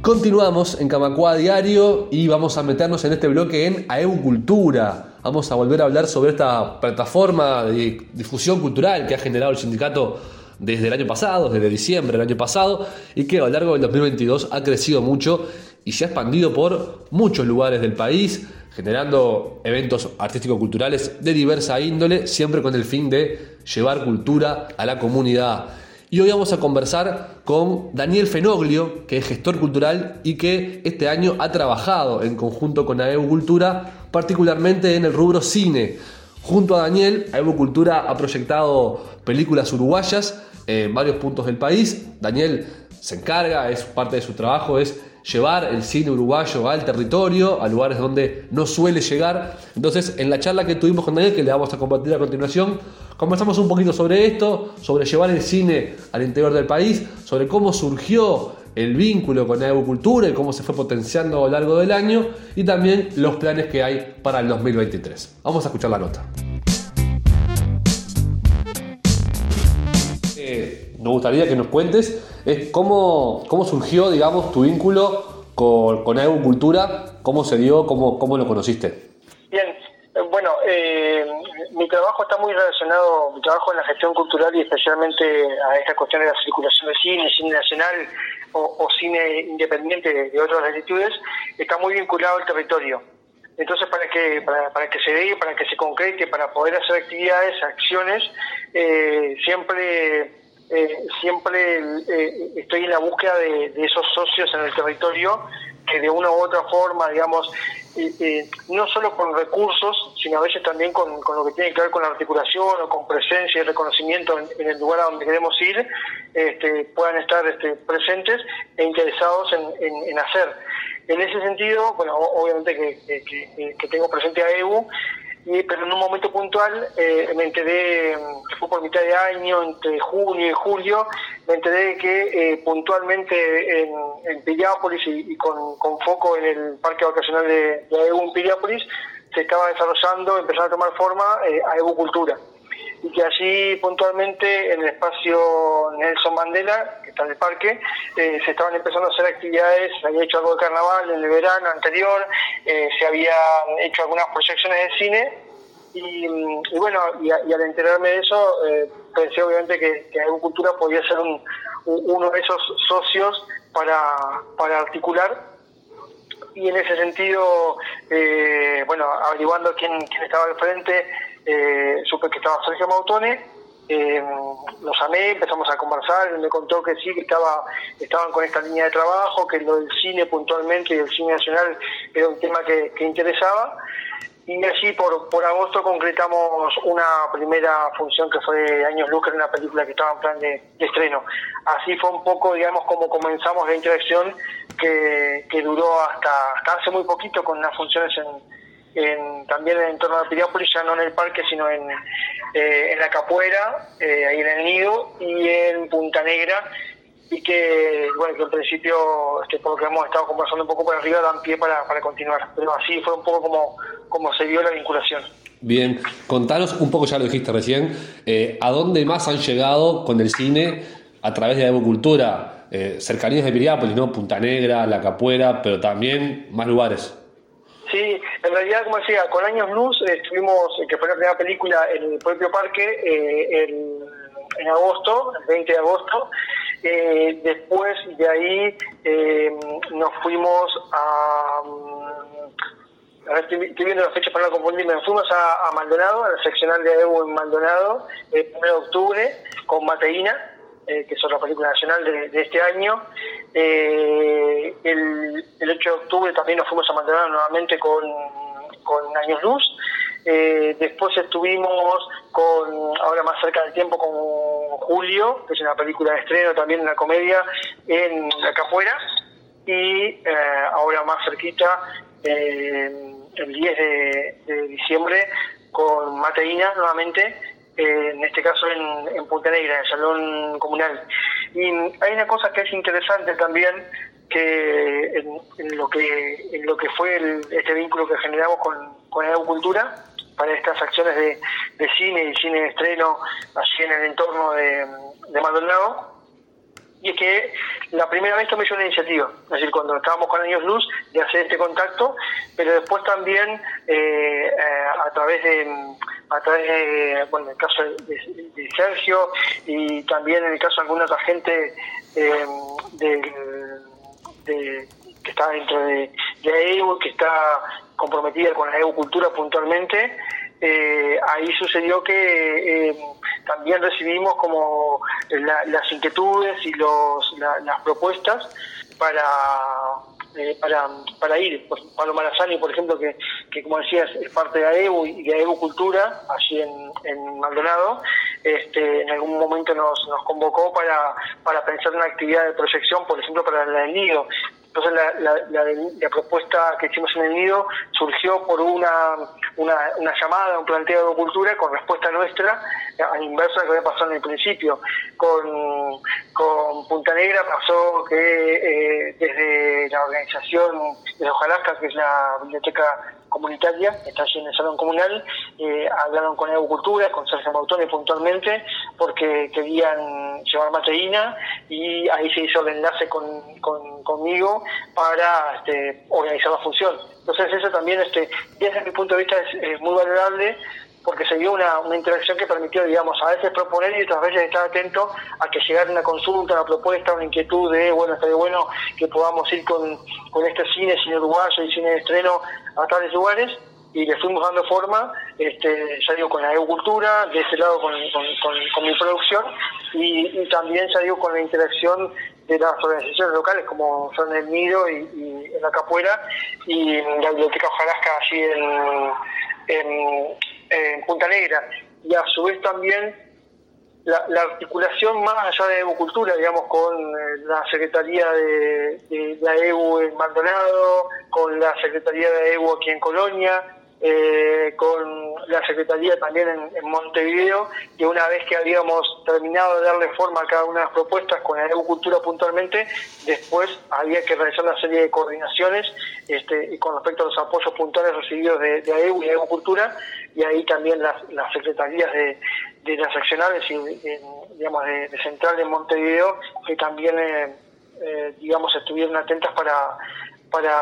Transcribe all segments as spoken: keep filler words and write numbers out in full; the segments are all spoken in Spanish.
Continuamos en Camacuá Diario y vamos a meternos en este bloque en AEBU Cultura. Vamos a volver a hablar sobre esta plataforma de difusión cultural que ha generado el sindicato desde el año pasado, desde diciembre del año pasado, y que a lo largo del dos mil veintidós ha crecido mucho y se ha expandido por muchos lugares del país, generando eventos artístico-culturales de diversa índole, siempre con el fin de llevar cultura a la comunidad. Y hoy vamos a conversar con Daniel Fenoglio, que es gestor cultural y que este año ha trabajado en conjunto con AEBU Cultura, particularmente en el rubro cine. Junto a Daniel, AEBU Cultura ha proyectado películas uruguayas en varios puntos del país. Daniel se encarga, es parte de su trabajo, es llevar el cine uruguayo al territorio, a lugares donde no suele llegar. Entonces, en la charla que tuvimos con Daniel, que le vamos a compartir a continuación, conversamos un poquito sobre esto, sobre llevar el cine al interior del país, sobre cómo surgió el vínculo con AEBU Cultura y cómo se fue potenciando a lo largo del año, y también los planes que hay para el dos mil veintitrés. Vamos a escuchar la nota. Eh, nos gustaría que nos cuentes es cómo, cómo surgió, digamos, tu vínculo con, con AEBU Cultura, cómo se dio, cómo, cómo lo conociste. Bien, bueno, eh, mi trabajo está muy relacionado, mi trabajo en la gestión cultural y especialmente a esta cuestión de la circulación de cine, cine nacional o, o cine independiente de, de otras latitudes, está muy vinculado al territorio. Entonces, para que para, para que se dé, para que se concrete, para poder hacer actividades, acciones, eh, siempre eh, siempre eh, estoy en la búsqueda de, de esos socios en el territorio que de una u otra forma, digamos, eh, eh, no solo con recursos, sino a veces también con, con lo que tiene que ver con la articulación o con presencia y reconocimiento en, en el lugar a donde queremos ir, este, puedan estar este, presentes e interesados en, en, en hacer. En ese sentido, bueno, obviamente que, que, que tengo presente a AEBU, y, pero en un momento puntual eh, me enteré, que fue por mitad de año, entre junio y julio, me enteré de que eh, puntualmente en, en Piriápolis y, y con, con foco en el parque vacacional de, de AEBU en Piriápolis, se estaba desarrollando, empezando a tomar forma eh, AEBU Cultura. Y que allí puntualmente en el espacio Nelson Mandela, que está en el parque, eh, se estaban empezando a hacer actividades, se había hecho algo de carnaval en el verano anterior, eh, se habían hecho algunas proyecciones de cine, y, y bueno, y, y al enterarme de eso, eh, pensé obviamente que, que AEBU Cultura podía ser un, un, uno de esos socios para, para articular. Y en ese sentido, eh, bueno, averiguando quién, quién estaba al frente, eh, supe que estaba Sergio Mautone, eh, lo llamé, empezamos a conversar, él me contó que sí, que estaba estaban con esta línea de trabajo, que lo del cine puntualmente y el cine nacional era un tema que, que interesaba. Y así por, por agosto concretamos una primera función que fue Años Luz, que era una película que estaba en plan de, de estreno. Así fue un poco, digamos, como comenzamos la interacción que, que duró hasta, hasta hace muy poquito, con unas funciones en, en también en el entorno de Piriápolis, ya no en el parque, sino en, eh, en la Capuera, eh, ahí en el Nido, y en Punta Negra, y que, bueno, que en principio, este, por lo que hemos estado conversando un poco por arriba, dan pie para, para continuar. Pero así fue un poco como, como se dio la vinculación. Bien, contanos un poco, ya lo dijiste recién, eh, ¿a dónde más han llegado con el cine a través de AEBU Cultura? Eh, cercanías de Piriápolis, ¿no? Punta Negra, La Capuera, pero también más lugares. Sí, en realidad, como decía, con Años Luz eh, estuvimos, eh, que fue la primera película en el propio parque, eh, el, en agosto, el veinte de agosto. Eh, después de ahí eh, nos fuimos a... a ver, estoy, estoy viendo las fechas para no confundirme. Nos fuimos a, a Maldonado, a la seccional de AEBU en Maldonado, el primero de octubre, con Mateína, eh, que es otra película nacional de, de este año. Eh, el, el ocho de octubre también nos fuimos a Maldonado nuevamente con, con Años Luz. Eh, después estuvimos con, ahora más cerca del tiempo, con Julio, que es una película de estreno, también una comedia, en La Capuera. Y eh, ahora más cerquita, eh, el diez de, de diciembre, con Mateína nuevamente, eh, en este caso en, en Punta Negra, en el Salón Comunal. Y hay una cosa que es interesante también, que en, en lo que en lo que fue el, este vínculo que generamos con, con AEBU Cultura para estas acciones de, de cine y cine de estreno allí en el entorno de, de Maldonado, y es que la primera vez tomé yo una iniciativa, es decir, cuando estábamos con Años Luz, de hacer este contacto, pero después también eh, a través de, a través de, bueno, en el caso de, de Sergio y también en el caso de alguna otra gente eh, de, de, que está dentro de, de A E U, que está comprometida con la A E U Cultura puntualmente, eh, ahí sucedió que eh, también recibimos como la, las inquietudes y los la, las propuestas para eh, para para ir. Pablo Marazani, por ejemplo, que, que como decías es parte de A E U y de A E U Cultura allí en, en Maldonado, este, en algún momento nos, nos convocó para para pensar una actividad de proyección, por ejemplo, para la del Nido. Entonces la, la, la, la propuesta que hicimos en el Nido surgió por una, una, una llamada, un planteo de cultura con respuesta nuestra, a la inversa de lo que había pasado en el principio. Con, con Punta Negra pasó que eh, desde la organización de Hojarasca, que es la biblioteca comunitaria, está allí en el salón comunal, eh, hablaron con A E U Cultura, con Sergio Mautone puntualmente, porque querían llevar mateína y ahí se hizo el enlace con, con, conmigo para este, organizar la función. Entonces eso también, este, desde mi punto de vista, es, es muy valorable, porque se dio una, una interacción que permitió, digamos, a veces proponer y otras veces estar atento a que llegara una consulta, una propuesta, una inquietud de, bueno, estaría bueno que podamos ir con, con este cine, cine uruguayo y cine de estreno a tales lugares, y le fuimos dando forma, este, ya digo, con la A E U Cultura, de este lado con, con, con, con mi producción, y, y también ya digo con la interacción de las organizaciones locales como son el Nido y, y en la Capuera y la Biblioteca Hojarasca allí en, en, en Punta Negra, y a su vez también la, la articulación más allá de A E U Cultura, digamos, con eh, la Secretaría de, de, de A E U en Maldonado, con la Secretaría de A E U aquí en Colonia, eh, con la Secretaría también en, en Montevideo, que una vez que habíamos terminado de darle forma a cada una de las propuestas con A E U Cultura puntualmente, después había que realizar una serie de coordinaciones este, y con respecto a los apoyos puntuales recibidos de, de A E U y A E U Cultura, y ahí también las, las secretarías de, de las seccionales y de, digamos de, de Central en Montevideo, que también eh, eh, digamos estuvieron atentas para para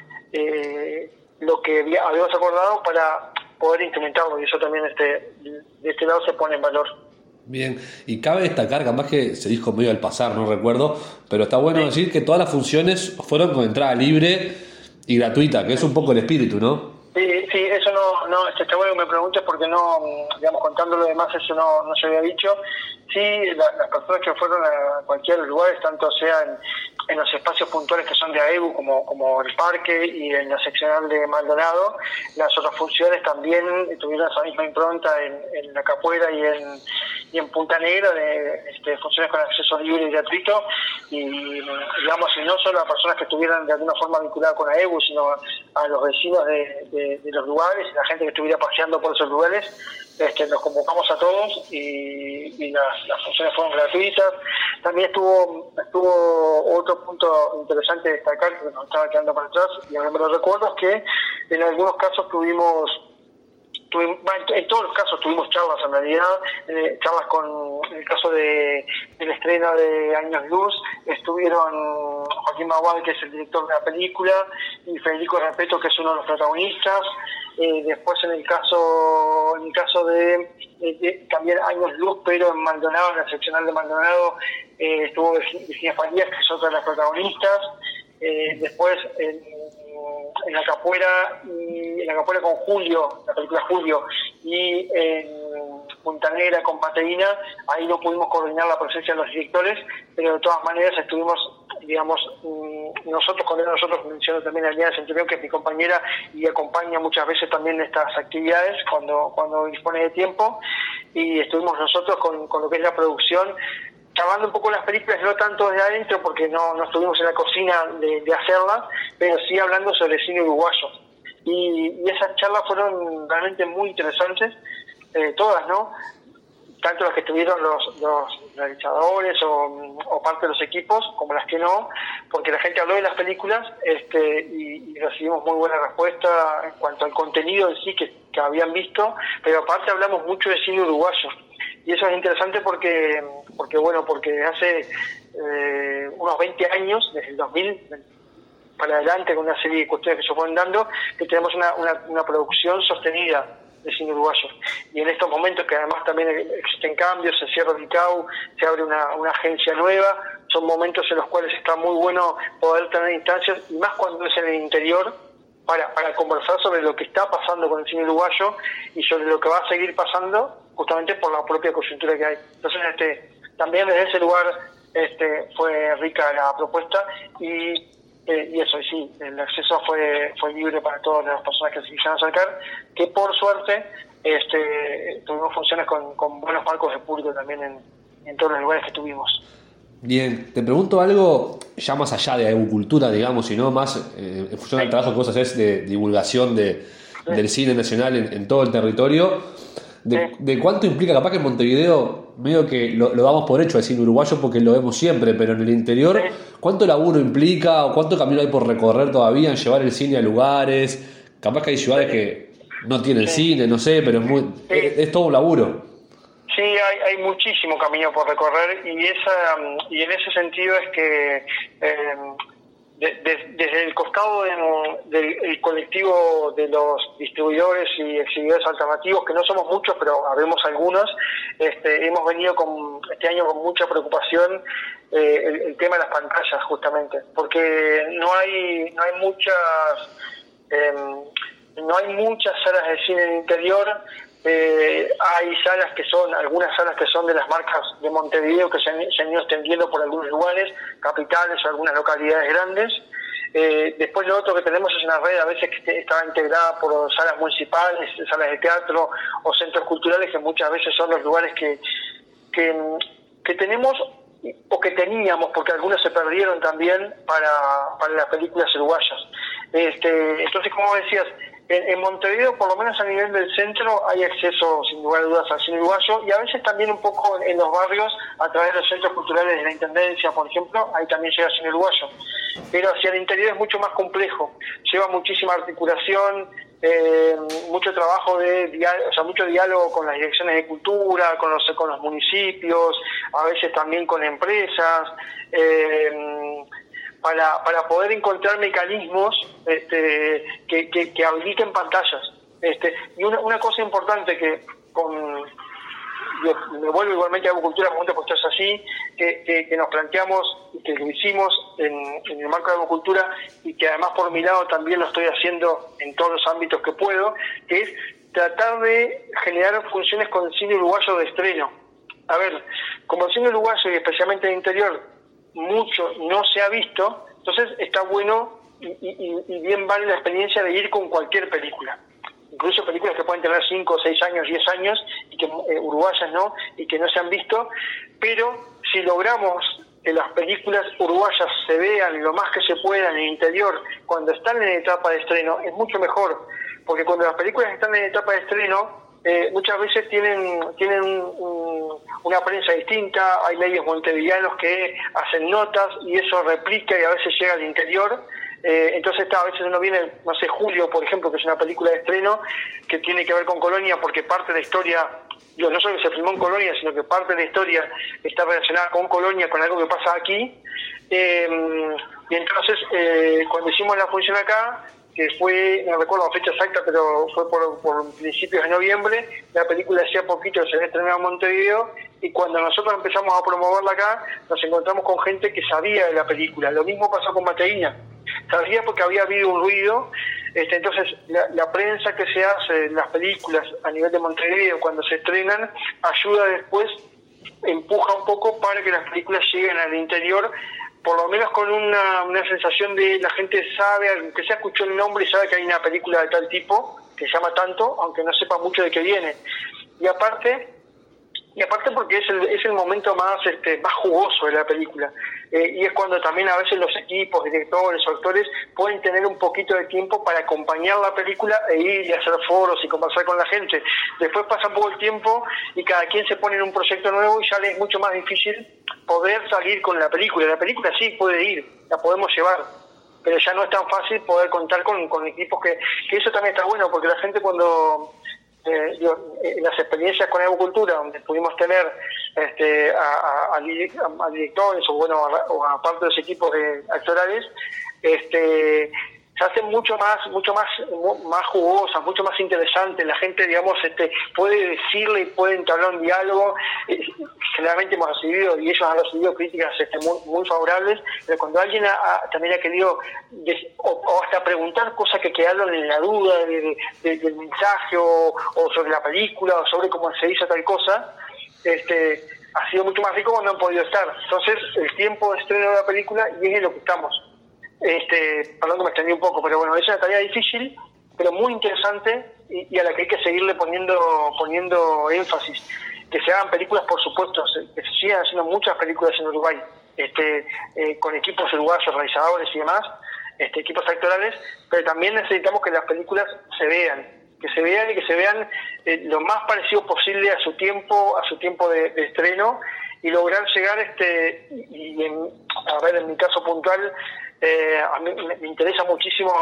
eh, lo que habíamos acordado para poder implementarlo, y eso también este de este lado se pone en valor. Bien, y cabe destacar, capaz que se dijo medio al pasar, no recuerdo, pero está bueno sí. decir que todas las funciones fueron con entrada libre y gratuita, que es un poco el espíritu, ¿no? Sí, sí, eso no, no, está bueno que me preguntes porque no, digamos, contando lo demás, eso no, no se había dicho. Sí, la, las personas que fueron a cualquier lugar, tanto sea en, en los espacios puntuales que son de A E U, como, como el parque y en la seccional de Maldonado, las otras funciones también tuvieron esa misma impronta en, en la Capuera y en, y en Punta Negra, de este, funciones con acceso libre y gratuito, y digamos, y no solo a personas que estuvieran de alguna forma vinculadas con A E U, sino a, a los vecinos de, de, de los lugares y la gente que estuviera paseando por esos lugares. Este, nos convocamos a todos y, y las, las funciones fueron gratuitas. También estuvo estuvo otro punto interesante de destacar, que nos estaba quedando para atrás, y ahora me lo recuerdo, es que en algunos casos tuvimos, tuvimos en todos los casos tuvimos charlas en realidad, eh, charlas con, en el caso de del estreno de Años Luz, estuvieron Joaquín Maguad, que es el director de la película, y Federico Repeto, que es uno de los protagonistas. Eh, después en el caso en el caso de, de, de también Años Luz, pero en Maldonado, en la seccional de Maldonado, eh, estuvo Virginia Farías, que es otra de las protagonistas. Eh, después en, en la Capuera y en la Capuera con Julio, la película Julio, y en Punta Negra con Mateína, ahí no pudimos coordinar la presencia de los directores, pero de todas maneras estuvimos, digamos, nosotros, con nosotros menciono también a Liana Centurión, que es mi compañera y acompaña muchas veces también estas actividades cuando cuando dispone de tiempo, y estuvimos nosotros con, con lo que es la producción, charlando un poco las películas, no tanto desde adentro porque no, no estuvimos en la cocina de, de hacerlas, pero sí hablando sobre cine uruguayo, y, y esas charlas fueron realmente muy interesantes, eh, todas, ¿no? Tanto las que tuvieron los, los realizadores o, o parte de los equipos, como las que no, porque la gente habló de las películas este, y, y recibimos muy buena respuesta en cuanto al contenido en sí que, que habían visto, pero aparte hablamos mucho de cine uruguayo. Y eso es interesante porque, porque bueno, porque hace eh, unos veinte años, desde el dos mil para adelante, con una serie de cuestiones que se fueron dando, que tenemos una, una, una producción sostenida de cine uruguayo. Y en estos momentos que además también existen cambios, se cierra el I C A U, se abre una, una agencia nueva, son momentos en los cuales está muy bueno poder tener instancias, y más cuando es en el interior, para, para conversar sobre lo que está pasando con el cine uruguayo y sobre lo que va a seguir pasando, justamente por la propia coyuntura que hay. Entonces, este, también desde ese lugar este, fue rica la propuesta, y Eh, y eso, y sí, el acceso fue fue libre para todas las personas que se quisieran acercar, que por suerte este tuvimos funciones con, con buenos marcos de público también en, en todos los lugares que tuvimos. Bien, te pregunto algo ya más allá de agricultura, digamos, sino más eh, en función del trabajo que vos hacés de divulgación de, sí. del cine nacional en, en todo el territorio. De, sí. de cuánto implica, capaz que en Montevideo medio que lo, lo damos por hecho el cine uruguayo porque lo vemos siempre, pero en el interior, sí. ¿cuánto laburo implica o cuánto camino hay por recorrer todavía en llevar el cine a lugares? Capaz que hay ciudades sí. que no tienen sí. cine, no sé, pero es, muy, sí. es, es todo un laburo. Sí, hay, hay muchísimo camino por recorrer, y esa y en ese sentido es que eh, de, de, desde el costado de, del el colectivo de los distribuidores y exhibidores alternativos, que no somos muchos, pero habemos algunos, este, hemos venido con este año con mucha preocupación eh, el, el tema de las pantallas, justamente, porque no hay no hay muchas eh, no hay muchas salas de cine en el interior. Eh, hay salas que son, algunas salas que son de las marcas de Montevideo, que se han, se han ido extendiendo por algunos lugares, capitales o algunas localidades grandes. Eh, después lo otro que tenemos es una red a veces que está integrada por salas municipales, salas de teatro o centros culturales, que muchas veces son los lugares que, que, que tenemos o que teníamos, porque algunos se perdieron también para, para las películas uruguayas. Este, entonces, como decías, En, en Montevideo, por lo menos a nivel del centro, hay acceso sin lugar a dudas al cine uruguayo, y a veces también un poco en, en los barrios, a través de los centros culturales de la Intendencia, por ejemplo, ahí también llega cine uruguayo. Pero hacia el interior es mucho más complejo, lleva muchísima articulación, eh, mucho trabajo de diálogo, o sea, mucho diálogo con las direcciones de cultura, con los, con los municipios, a veces también con empresas, eh, para para poder encontrar mecanismos este, que, que, que habiliten pantallas. Este, y una, una cosa importante que con yo me vuelvo igualmente a Agrocultura, porque esto es así, que, que, que nos planteamos y que lo hicimos en, en el marco de Agrocultura, y que además por mi lado también lo estoy haciendo en todos los ámbitos que puedo, que es tratar de generar funciones con cine uruguayo de estreno. A ver, como el cine uruguayo y especialmente en el interior mucho no se ha visto, entonces está bueno y, y, y bien vale la experiencia de ir con cualquier película, incluso películas que pueden tener cinco, seis años, diez años, y que eh, uruguayas no, y que no se han visto, pero si logramos que las películas uruguayas se vean lo más que se pueda en el interior cuando están en etapa de estreno, es mucho mejor, porque cuando las películas están en etapa de estreno, Eh, muchas veces tienen tienen un, una prensa distinta, hay medios montevideanos que hacen notas y eso replica y a veces llega al interior, eh, entonces está, a veces uno viene, no sé, Julio, por ejemplo, que es una película de estreno que tiene que ver con Colonia, porque parte de la historia, digo, no solo que se filmó en Colonia, sino que parte de la historia está relacionada con Colonia, con algo que pasa aquí, eh, y entonces eh, cuando hicimos la función acá, que fue, no recuerdo la fecha exacta, pero fue por, por principios de noviembre, la película hacía poquito se había estrenado en Montevideo, y cuando nosotros empezamos a promoverla acá, nos encontramos con gente que sabía de la película. Lo mismo pasó con Mateína, sabía porque había habido un ruido, este, entonces la, la prensa que se hace en las películas a nivel de Montevideo cuando se estrenan, ayuda después, empuja un poco para que las películas lleguen al interior, por lo menos con una, una sensación de la gente sabe, aunque se escuchó el nombre y sabe que hay una película de tal tipo, que se llama tanto, aunque no sepa mucho de qué viene. Y aparte, y aparte porque es el, es el momento más este más jugoso de la película. Eh, y es cuando también a veces los equipos, directores, actores pueden tener un poquito de tiempo para acompañar la película e ir y hacer foros y conversar con la gente. Después pasa un poco el tiempo y cada quien se pone en un proyecto nuevo y ya le es mucho más difícil poder salir con la película. La película sí puede ir, la podemos llevar, pero ya no es tan fácil poder contar con, con equipos que, que eso también está bueno, porque la gente cuando eh, digo, en las experiencias con Evocultura, donde pudimos tener este, a, a, a directores o bueno a, o a parte de los equipos de actorales, este se hacen mucho más mucho más más jugosas, mucho más interesantes. La gente, digamos, este puede decirle y puede entablar un diálogo. Eh, generalmente hemos recibido, y ellos han recibido críticas este, muy, muy favorables, pero cuando alguien ha, ha, también ha querido de, o, o hasta preguntar cosas que quedaron en la duda de, de, de, del mensaje o, o sobre la película o sobre cómo se hizo tal cosa, este ha sido mucho más rico cuando han podido estar. Entonces, el tiempo de estreno de la película, y es en lo que estamos. Este, perdón que me extendí un poco, pero bueno, es una tarea difícil, pero muy interesante y, y a la que hay que seguirle poniendo poniendo énfasis. Que se hagan películas, por supuesto, se, que se sigan haciendo muchas películas en Uruguay, este, eh, con equipos uruguayos, realizadores y demás, este, equipos actorales, pero también necesitamos que las películas se vean, que se vean y que se vean eh, lo más parecido posible a su tiempo, a su tiempo de, de estreno, y lograr llegar, este, y, y en, a ver, en mi caso puntual, Eh, a mí me, me interesa muchísimo,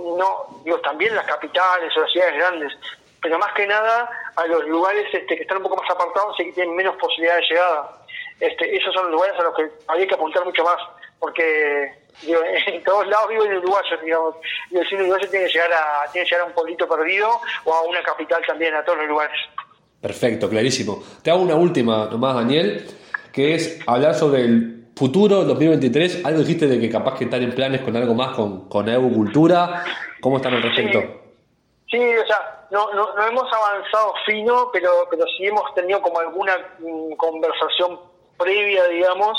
no digo también las capitales o las ciudades grandes, pero más que nada a los lugares este, que están un poco más apartados y que tienen menos posibilidad de llegada. Este, esos son los lugares a los que habría que apuntar mucho más, porque digo, en todos lados viven uruguayos, digamos, y el cine uruguayo tiene que llegar a tiene que llegar a un pueblito perdido o a una capital también, a todos los lugares. Perfecto, clarísimo. Te hago una última nomás, Daniel, que es hablar sobre el futuro, dos mil veintitrés. Algo dijiste de que capaz que están en planes con algo más con, con Evocultura. ¿Cómo están al respecto? Sí, sí, o sea, no, no, no hemos avanzado fino, pero, pero sí hemos tenido como alguna mm, conversación previa, digamos,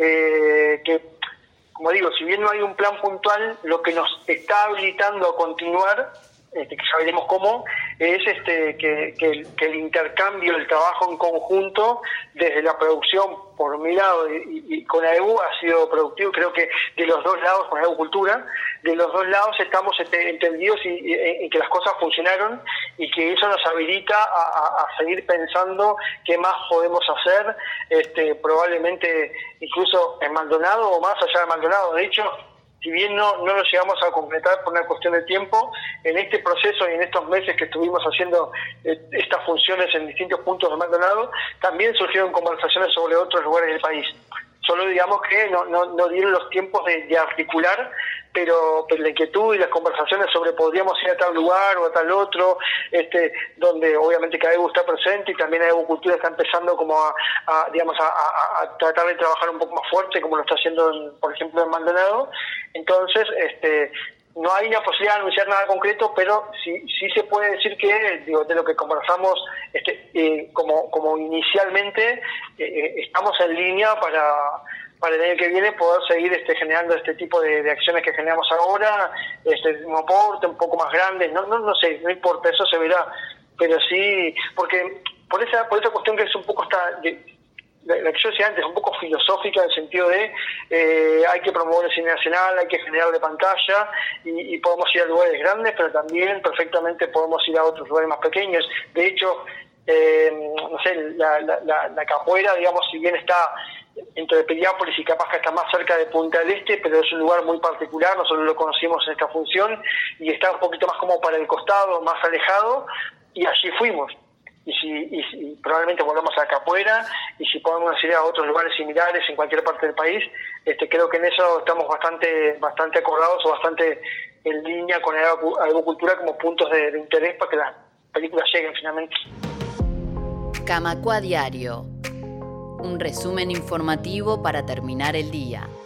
eh, que, como digo, si bien no hay un plan puntual, lo que nos está habilitando a continuar, este, que ya veremos cómo, es este que, que, el, que el intercambio, el trabajo en conjunto desde la producción por mi lado y, y con A E U ha sido productivo. Creo que de los dos lados, con Evocultura, de los dos lados estamos este, entendidos y, y, y que las cosas funcionaron y que eso nos habilita a, a, a seguir pensando qué más podemos hacer, este, probablemente incluso en Maldonado o más allá de Maldonado. De hecho, si bien no, no lo llegamos a concretar por una cuestión de tiempo, en este proceso y en estos meses que estuvimos haciendo eh, estas funciones en distintos puntos de Maldonado, también surgieron conversaciones sobre otros lugares del país. Solo digamos que no, no, no dieron los tiempos de, de articular, pero, pero la inquietud y las conversaciones sobre podríamos ir a tal lugar o a tal otro, este, donde obviamente que A E U está presente y también A E U Cultura está empezando como a, a digamos a, a, a tratar de trabajar un poco más fuerte, como lo está haciendo en, por ejemplo en Maldonado. Entonces, este no hay una posibilidad de anunciar nada concreto, pero sí sí se puede decir que, digo, de lo que conversamos este, eh, como como inicialmente, eh, estamos en línea para para el año que viene poder seguir este generando este tipo de, de acciones que generamos ahora, este un aporte un poco más grande, no no no sé, no importa, eso se verá, pero sí, porque por esa por esa cuestión que es un poco esta de, la que yo decía antes, un poco filosófica, en el sentido de eh, hay que promover el cine nacional, hay que generar de pantalla y, y podemos ir a lugares grandes, pero también perfectamente podemos ir a otros lugares más pequeños. De hecho, eh, no sé, la, la, la, la capoeira, digamos, si bien está entre Piriápolis y capaz que está más cerca de Punta del Este, pero es un lugar muy particular, nosotros lo conocimos en esta función y está un poquito más como para el costado, más alejado, y allí fuimos. Y si y, y probablemente volvamos a la capoeira, y si podemos ir a otros lugares similares en cualquier parte del país, este creo que en eso estamos bastante bastante acordados o bastante en línea con la Evocultura como puntos de, de interés para que las películas lleguen finalmente. Camacua Diario, un resumen informativo para terminar el día.